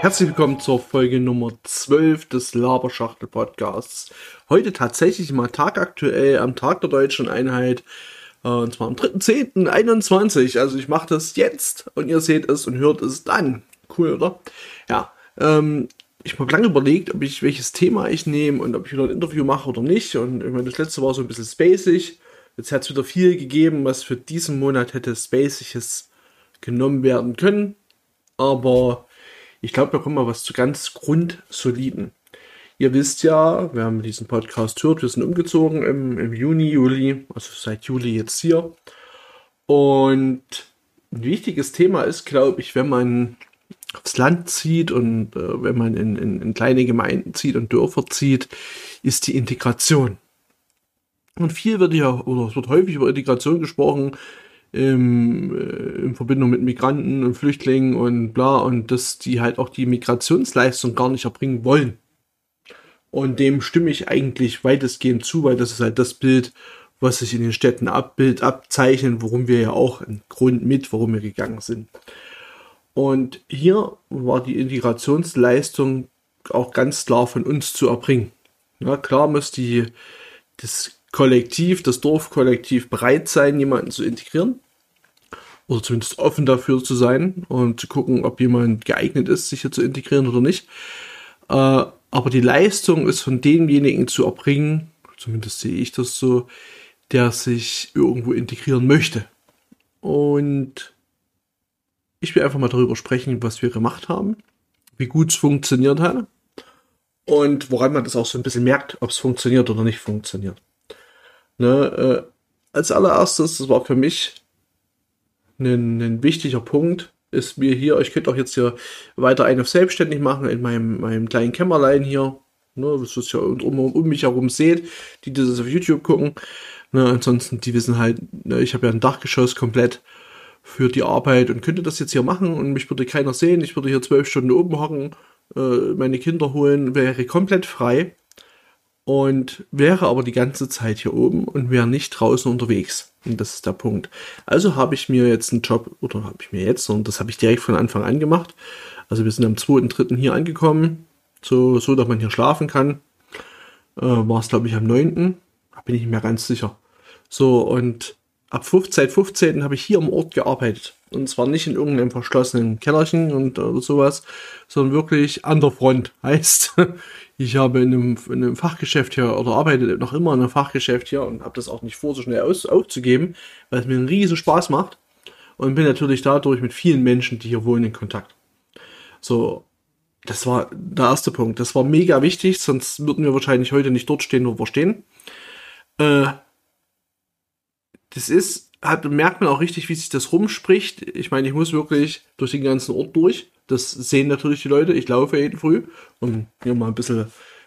Herzlich willkommen zur Folge Nummer 12 des Laberschachtel-Podcasts. Heute tatsächlich mal tagaktuell am Tag der Deutschen Einheit, und zwar am 3.10.21. Also ich mache das jetzt und ihr seht es und hört es dann. Cool, oder? Ja, ich habe lange überlegt, welches Thema ich nehme und ob ich wieder ein Interview mache oder nicht. Und ich meine, das letzte war so ein bisschen spacig. Jetzt hat es wieder viel gegeben, was für diesen Monat hätte spaciges genommen werden können. Aber ich glaube, da kommt mal was zu ganz grundsoliden. Ihr wisst ja, wer diesen Podcast hört, wir sind umgezogen im Juli, also seit Juli jetzt hier. Und ein wichtiges Thema ist, glaube ich, wenn man aufs Land zieht und wenn man in kleine Gemeinden zieht und Dörfer zieht, ist die Integration. Und viel wird ja, oder es wird häufig über Integration gesprochen, in Verbindung mit Migranten und Flüchtlingen und bla, und dass die halt auch die Migrationsleistung gar nicht erbringen wollen. Und dem stimme ich eigentlich weitestgehend zu, weil das ist halt das Bild, was sich in den Städten abzeichnet, worum wir ja auch ein Grund mit, warum wir gegangen sind. Und hier war die Integrationsleistung auch ganz klar von uns zu erbringen. Ja, klar muss das Kollektiv, das Dorfkollektiv bereit sein, jemanden zu integrieren. Oder zumindest offen dafür zu sein und zu gucken, ob jemand geeignet ist, sich hier zu integrieren oder nicht. Aber die Leistung ist von demjenigen zu erbringen, zumindest sehe ich das so, der sich irgendwo integrieren möchte. Und ich will einfach mal darüber sprechen, was wir gemacht haben, wie gut es funktioniert hat und woran man das auch so ein bisschen merkt, ob es funktioniert oder nicht funktioniert. Als allererstes, das war für mich ein wichtiger Punkt, ist mir hier, ich könnte auch jetzt hier weiter einen auf selbstständig machen in meinem kleinen Kämmerlein hier, das ist ja um mich herum seht, die das auf YouTube gucken. Ansonsten, die wissen halt, ich habe ja ein Dachgeschoss komplett für die Arbeit und könnte das jetzt hier machen und mich würde keiner sehen, ich würde hier 12 Stunden oben hocken, meine Kinder holen, wäre komplett frei. Und wäre aber die ganze Zeit hier oben und wäre nicht draußen unterwegs. Und das ist der Punkt. Also habe ich mir jetzt einen Job, und das habe ich direkt von Anfang an gemacht. Also wir sind am 2.3. hier angekommen, so dass man hier schlafen kann. War es, glaube ich, am 9. Da bin ich nicht mehr ganz sicher. So, und seit 15. habe ich hier am Ort gearbeitet. Und zwar nicht in irgendeinem verschlossenen Kellerchen oder sowas, sondern wirklich an der Front. Heißt, ich habe in einem Fachgeschäft hier oder arbeite noch immer in einem Fachgeschäft hier und habe das auch nicht vor, so schnell aufzugeben, weil es mir einen riesen Spaß macht. Und bin natürlich dadurch mit vielen Menschen, die hier wohnen, in Kontakt. So, das war der erste Punkt. Das war mega wichtig, sonst würden wir wahrscheinlich heute nicht dort stehen, wo wir stehen. Merkt man auch richtig, wie sich das rumspricht. Ich meine, ich muss wirklich durch den ganzen Ort durch. Das sehen natürlich die Leute. Ich laufe jeden Früh, um hier mal ein bisschen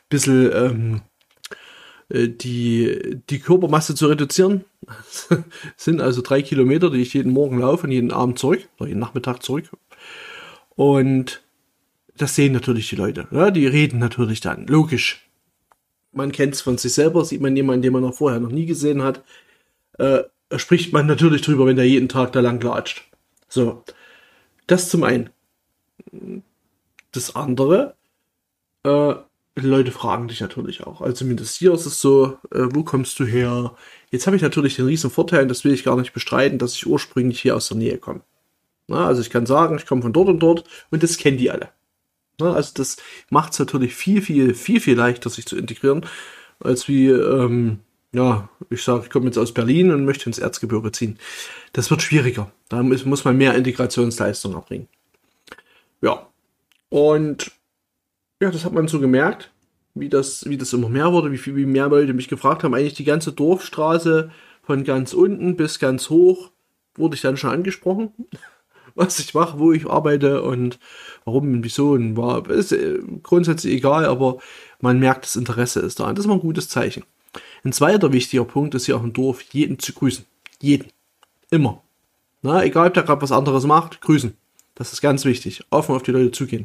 die Körpermasse zu reduzieren. Das sind also 3 Kilometer, die ich jeden Morgen laufe und jeden Abend zurück, oder jeden Nachmittag zurück. Und das sehen natürlich die Leute. Ja, die reden natürlich dann. Logisch. Man kennt es von sich selber, sieht man jemanden, den man vorher noch nie gesehen hat. Spricht man natürlich drüber, wenn der jeden Tag da lang latscht. So, das zum einen. Das andere, Leute fragen dich natürlich auch. Also zumindest hier ist es so, wo kommst du her? Jetzt habe ich natürlich den riesen Vorteil, das will ich gar nicht bestreiten, dass ich ursprünglich hier aus der Nähe komme. Also ich kann sagen, ich komme von dort und das kennen die alle. Also das macht es natürlich viel, viel, viel, viel leichter, sich zu integrieren, als wie ich sage, ich komme jetzt aus Berlin und möchte ins Erzgebirge ziehen. Das wird schwieriger. Da muss man mehr Integrationsleistung erbringen. Ja. Und ja, das hat man so gemerkt, wie das immer mehr wurde, wie mehr Leute mich gefragt haben. Eigentlich die ganze Dorfstraße von ganz unten bis ganz hoch wurde ich dann schon angesprochen, was ich mache, wo ich arbeite und warum und wieso. Und ist grundsätzlich egal, aber man merkt, das Interesse ist da. Und das ist mal ein gutes Zeichen. Ein zweiter wichtiger Punkt ist hier auch im Dorf, jeden zu grüßen. Jeden. Immer. Egal, ob der gerade was anderes macht, grüßen. Das ist ganz wichtig. Offen auf die Leute zugehen.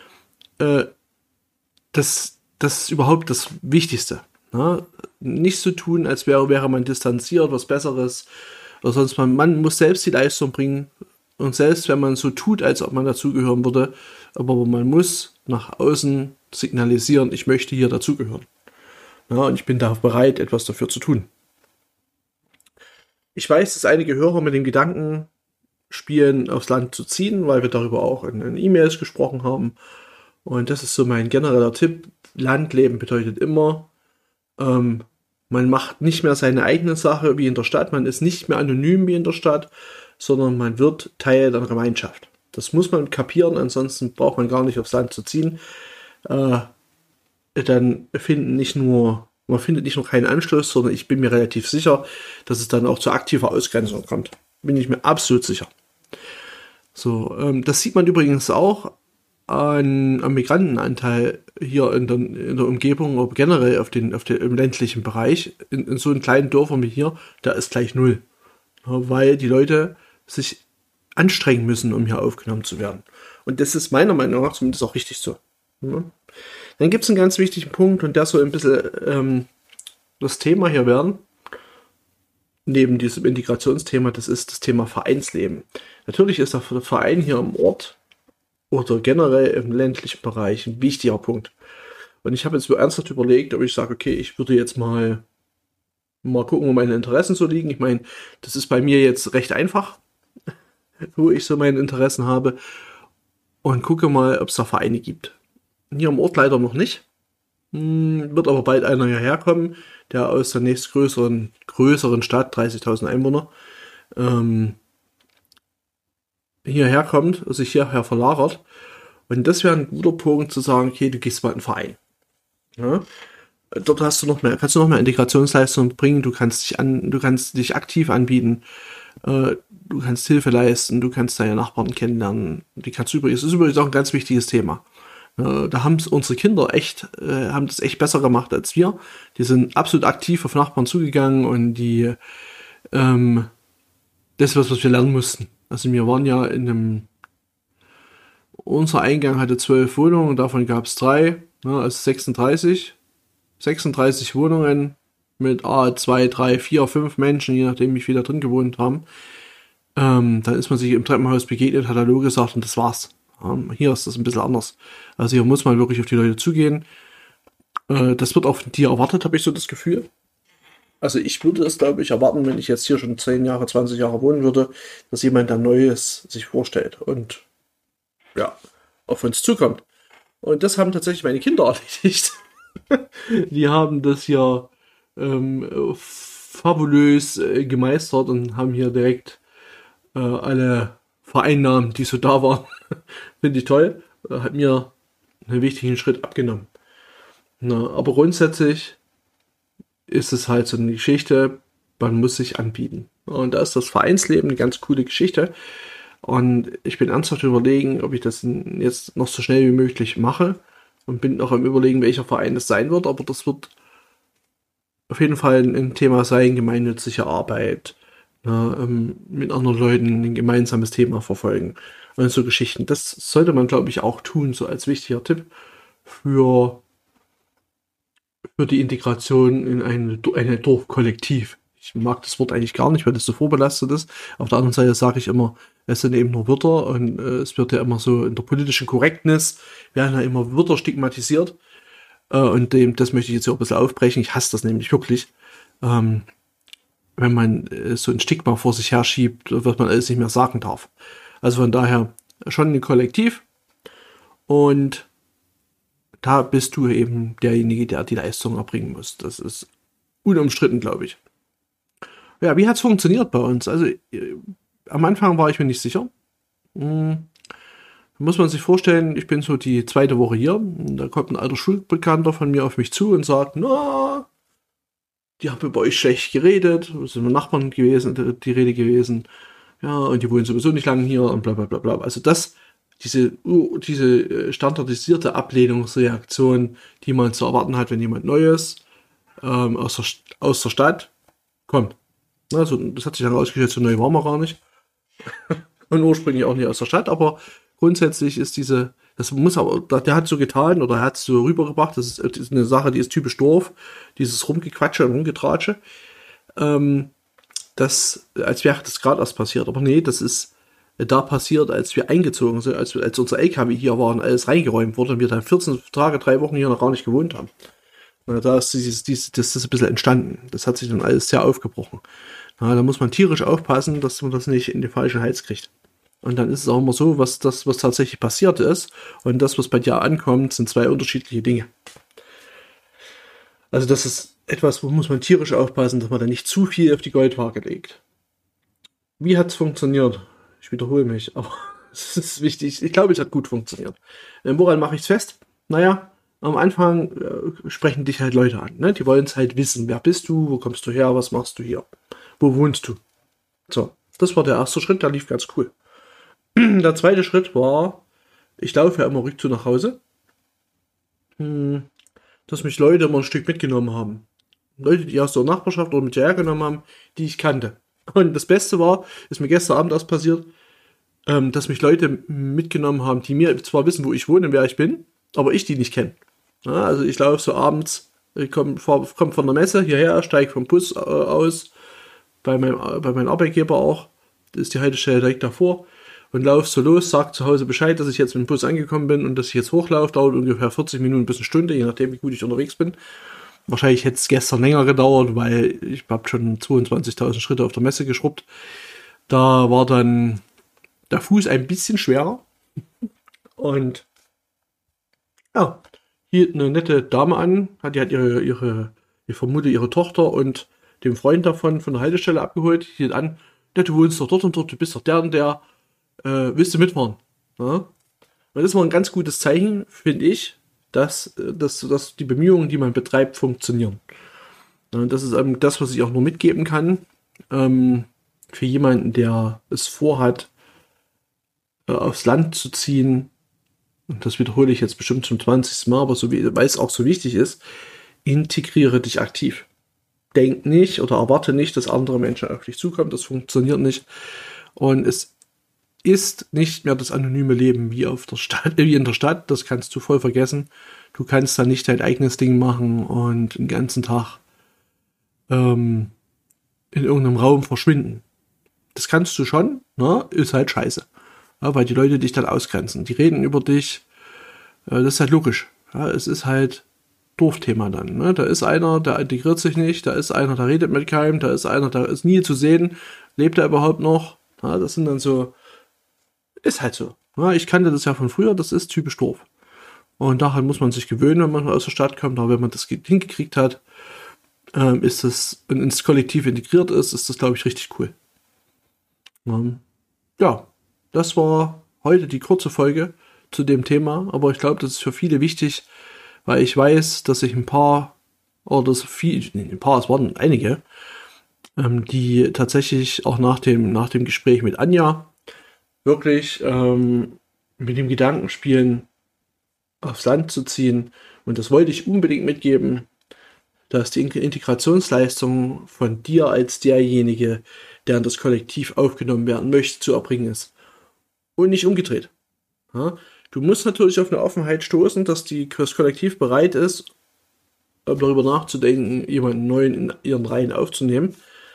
Das ist überhaupt das Wichtigste. Nicht so tun, als wäre man distanziert, was Besseres. Oder sonst man muss selbst die Leistung bringen. Und selbst wenn man so tut, als ob man dazugehören würde, aber man muss nach außen signalisieren, ich möchte hier dazugehören. Ja, und ich bin da bereit, etwas dafür zu tun. Ich weiß, dass einige Hörer mit dem Gedanken spielen, aufs Land zu ziehen, weil wir darüber auch in E-Mails gesprochen haben. Und das ist so mein genereller Tipp. Landleben bedeutet immer, man macht nicht mehr seine eigene Sache wie in der Stadt, man ist nicht mehr anonym wie in der Stadt, sondern man wird Teil der Gemeinschaft. Das muss man kapieren, ansonsten braucht man gar nicht aufs Land zu ziehen. Dann man findet nicht nur keinen Anschluss, sondern ich bin mir relativ sicher, dass es dann auch zu aktiver Ausgrenzung kommt. Bin ich mir absolut sicher. So, das sieht man übrigens auch am Migrantenanteil hier in der Umgebung, aber generell im ländlichen Bereich, in so einen kleinen Dörfern wie hier, da ist gleich null. Ja, weil die Leute sich anstrengen müssen, um hier aufgenommen zu werden. Und das ist meiner Meinung nach zumindest auch richtig so. Ja. Dann gibt es einen ganz wichtigen Punkt und der soll ein bisschen das Thema hier werden, neben diesem Integrationsthema, das ist das Thema Vereinsleben. Natürlich ist der Verein hier im Ort oder generell im ländlichen Bereich ein wichtiger Punkt. Und ich habe jetzt so ernsthaft überlegt, ob ich sage, okay, ich würde jetzt mal gucken, wo meine Interessen so liegen. Ich meine, das ist bei mir jetzt recht einfach, wo ich so meine Interessen habe. Und gucke mal, ob es da Vereine gibt. Hier im Ort leider noch nicht. Wird aber bald einer hierher kommen, der aus der nächstgrößeren Stadt, 30.000 Einwohner, hierher kommt, sich hierher verlagert. Und das wäre ein guter Punkt zu sagen, okay, du gehst mal in den Verein. Ja? Dort kannst du noch mehr Integrationsleistungen bringen, du kannst dich aktiv anbieten, du kannst Hilfe leisten, du kannst deine Nachbarn kennenlernen. Das ist übrigens auch ein ganz wichtiges Thema. Da haben unsere Kinder haben das echt besser gemacht als wir. Die sind absolut aktiv auf Nachbarn zugegangen und das ist was wir lernen mussten. Also wir waren ja unser Eingang hatte 12 Wohnungen, davon gab es 3, also 36 Wohnungen mit 2, 3, 4, 5 Menschen, je nachdem wie viele da drin gewohnt haben. Dann ist man sich im Treppenhaus begegnet, hat Hallo gesagt und das war's. Hier ist das ein bisschen anders. Also hier muss man wirklich auf die Leute zugehen. Das wird auch von dir erwartet, habe ich so das Gefühl. Also ich würde es, glaube ich, erwarten, wenn ich jetzt hier schon 10 Jahre, 20 Jahre wohnen würde, dass jemand da Neues sich vorstellt und ja, auf uns zukommt. Und das haben tatsächlich meine Kinder erledigt. Die haben das hier fabulös gemeistert und haben hier direkt alle vereinnahmt, die so da waren. Finde ich toll. Hat mir einen wichtigen Schritt abgenommen. Aber grundsätzlich ist es halt so eine Geschichte, man muss sich anbieten. Und da ist das Vereinsleben eine ganz coole Geschichte. Und ich bin ernsthaft überlegen, ob ich das jetzt noch so schnell wie möglich mache. Und bin auch am Überlegen, welcher Verein das sein wird. Aber das wird auf jeden Fall ein Thema sein, gemeinnützige Arbeit. Mit anderen Leuten ein gemeinsames Thema verfolgen. Und so Geschichten. Das sollte man, glaube ich, auch tun, so als wichtiger Tipp für die Integration in eine Dorfkollektiv. Ich mag das Wort eigentlich gar nicht, weil das so vorbelastet ist. Auf der anderen Seite sage ich immer, es sind eben nur Wörter und es wird ja immer so in der politischen Korrektness werden ja immer Wörter stigmatisiert. Und das möchte ich jetzt auch ein bisschen aufbrechen. Ich hasse das nämlich wirklich. Wenn man so ein Stigma vor sich herschiebt, was man alles nicht mehr sagen darf. Also von daher schon ein Kollektiv und da bist du eben derjenige, der die Leistung erbringen muss. Das ist unumstritten, glaube ich. Ja, wie hat es funktioniert bei uns? Also am Anfang war ich mir nicht sicher. Muss man sich vorstellen, ich bin so die 2. Woche hier. Und da kommt ein alter Schulbekannter von mir auf mich zu und sagt, na, die haben über euch schlecht geredet, es sind Nachbarn gewesen, die Rede gewesen. Ja, und die wohnen sowieso nicht lange hier und bla bla bla bla. Also diese standardisierte Ablehnungsreaktion, die man zu erwarten hat, wenn jemand Neues aus der Stadt kommt. Also das hat sich dann herausgestellt, so neu waren wir gar nicht. Und ursprünglich auch nicht aus der Stadt, aber grundsätzlich ist der hat so getan oder er hat es so rübergebracht, das ist eine Sache, die ist typisch Dorf, dieses Rumgequatsche und Rumgetratsche, als wäre das gerade erst passiert. Aber nee, das ist da passiert, als wir eingezogen sind, als unser LKW hier war und alles reingeräumt wurde und wir dann 14 Tage, 3 Wochen hier noch gar nicht gewohnt haben. Na, da ist das ist ein bisschen entstanden. Das hat sich dann alles sehr aufgebrochen. Na, da muss man tierisch aufpassen, dass man das nicht in den falschen Hals kriegt. Und dann ist es auch immer so, was tatsächlich passiert ist und das, was bei dir ankommt, sind 2 unterschiedliche Dinge. Also das ist etwas, wo muss man tierisch aufpassen, dass man da nicht zu viel auf die Goldwaage legt. Wie hat es funktioniert? Ich wiederhole mich, aber es ist wichtig. Ich glaube, es hat gut funktioniert. Woran mache ich es fest? Naja, am Anfang sprechen dich halt Leute an. Ne? Die wollen es halt wissen. Wer bist du? Wo kommst du her? Was machst du hier? Wo wohnst du? So, das war der erste Schritt. Der lief ganz cool. Der zweite Schritt war, ich laufe ja immer rückzu nach Hause, dass mich Leute immer ein Stück mitgenommen haben. Leute, die aus der Nachbarschaft oder mit hergenommen haben, die ich kannte. Und das Beste war, ist mir gestern Abend erst passiert, dass mich Leute mitgenommen haben, die mir zwar wissen, wo ich wohne und wer ich bin, aber ich die nicht kenne. Ja, also ich laufe so abends, ich komm von der Messe hierher, steige vom Bus aus, bei meinem Arbeitgeber auch, das ist die Haltestelle direkt davor, und laufe so los, sage zu Hause Bescheid, dass ich jetzt mit dem Bus angekommen bin und dass ich jetzt hochlaufe, dauert ungefähr 40 Minuten bis eine Stunde, je nachdem, wie gut ich unterwegs bin. Wahrscheinlich hätte es gestern länger gedauert, weil ich habe schon 22.000 Schritte auf der Messe geschrubbt. Da war dann der Fuß ein bisschen schwerer. Und ja, hielt eine nette Dame an, die hat ich vermute ihre Tochter und den Freund davon von der Haltestelle abgeholt, hielt an, ja, du wohnst doch dort und dort, du bist doch der und der, willst du mitfahren? Ja? Und das ist mal ein ganz gutes Zeichen, finde ich, dass die Bemühungen, die man betreibt, funktionieren. Und das ist das, was ich auch nur mitgeben kann, für jemanden, der es vorhat, aufs Land zu ziehen. Und das wiederhole ich jetzt bestimmt zum 20. Mal, aber weil es auch so wichtig ist, integriere dich aktiv. Denk nicht oder erwarte nicht, dass andere Menschen auf dich zukommen. Das funktioniert nicht. Und es ist nicht mehr das anonyme Leben wie in der Stadt. Das kannst du voll vergessen. Du kannst da nicht dein eigenes Ding machen und den ganzen Tag in irgendeinem Raum verschwinden. Das kannst du schon, ne? Ist halt scheiße. Ja, weil die Leute dich dann ausgrenzen. Die reden über dich. Das ist halt logisch. Ja, es ist halt Dorfthema dann. Ne? Da ist einer, der integriert sich nicht. Da ist einer, der redet mit keinem. Da ist einer, der ist nie zu sehen. Lebt er überhaupt noch? Ja, das sind dann so. Ist halt so. Ja, ich kannte das ja von früher. Das ist typisch Dorf. Und daran muss man sich gewöhnen, wenn man aus der Stadt kommt. Aber wenn man das hingekriegt hat, ist das, und ins Kollektiv integriert ist das, glaube ich, richtig cool. Ja, das war heute die kurze Folge zu dem Thema, aber ich glaube, das ist für viele wichtig, weil ich weiß, dass sich es waren einige, die tatsächlich auch nach dem Gespräch mit Anja wirklich mit dem Gedanken spielen, aufs Land zu ziehen. Und das wollte ich unbedingt mitgeben, dass die Integrationsleistung von dir als derjenige, der in das Kollektiv aufgenommen werden möchte, zu erbringen ist. Und nicht umgedreht. Ja? Du musst natürlich auf eine Offenheit stoßen, dass das Kollektiv bereit ist, darüber nachzudenken, jemanden neuen in ihren Reihen aufzunehmen.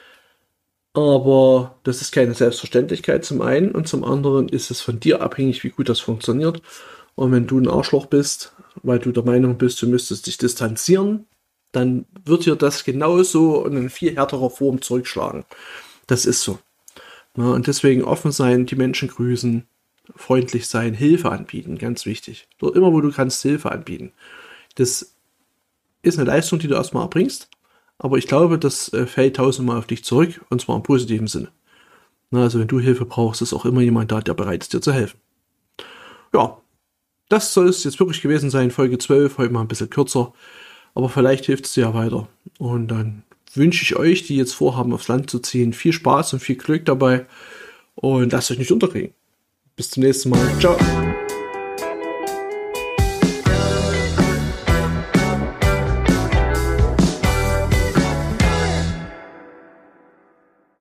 Aber das ist keine Selbstverständlichkeit zum einen und zum anderen ist es von dir abhängig, wie gut das funktioniert. Und wenn du ein Arschloch bist, weil du der Meinung bist, du müsstest dich distanzieren, dann wird dir das genauso in viel härterer Form zurückschlagen. Das ist so. Ja, und deswegen offen sein, die Menschen grüßen, freundlich sein, Hilfe anbieten, ganz wichtig. Dort immer, wo du kannst, Hilfe anbieten. Das ist eine Leistung, die du erstmal erbringst, aber ich glaube, das fällt tausendmal auf dich zurück, und zwar im positiven Sinne. Na, also wenn du Hilfe brauchst, ist auch immer jemand da, der bereit ist, dir zu helfen. Ja, das soll es jetzt wirklich gewesen sein, Folge 12, heute mal ein bisschen kürzer, aber vielleicht hilft es dir ja weiter. Und dann wünsche ich euch, die jetzt vorhaben, aufs Land zu ziehen, viel Spaß und viel Glück dabei und lasst euch nicht unterkriegen. Bis zum nächsten Mal. Ciao.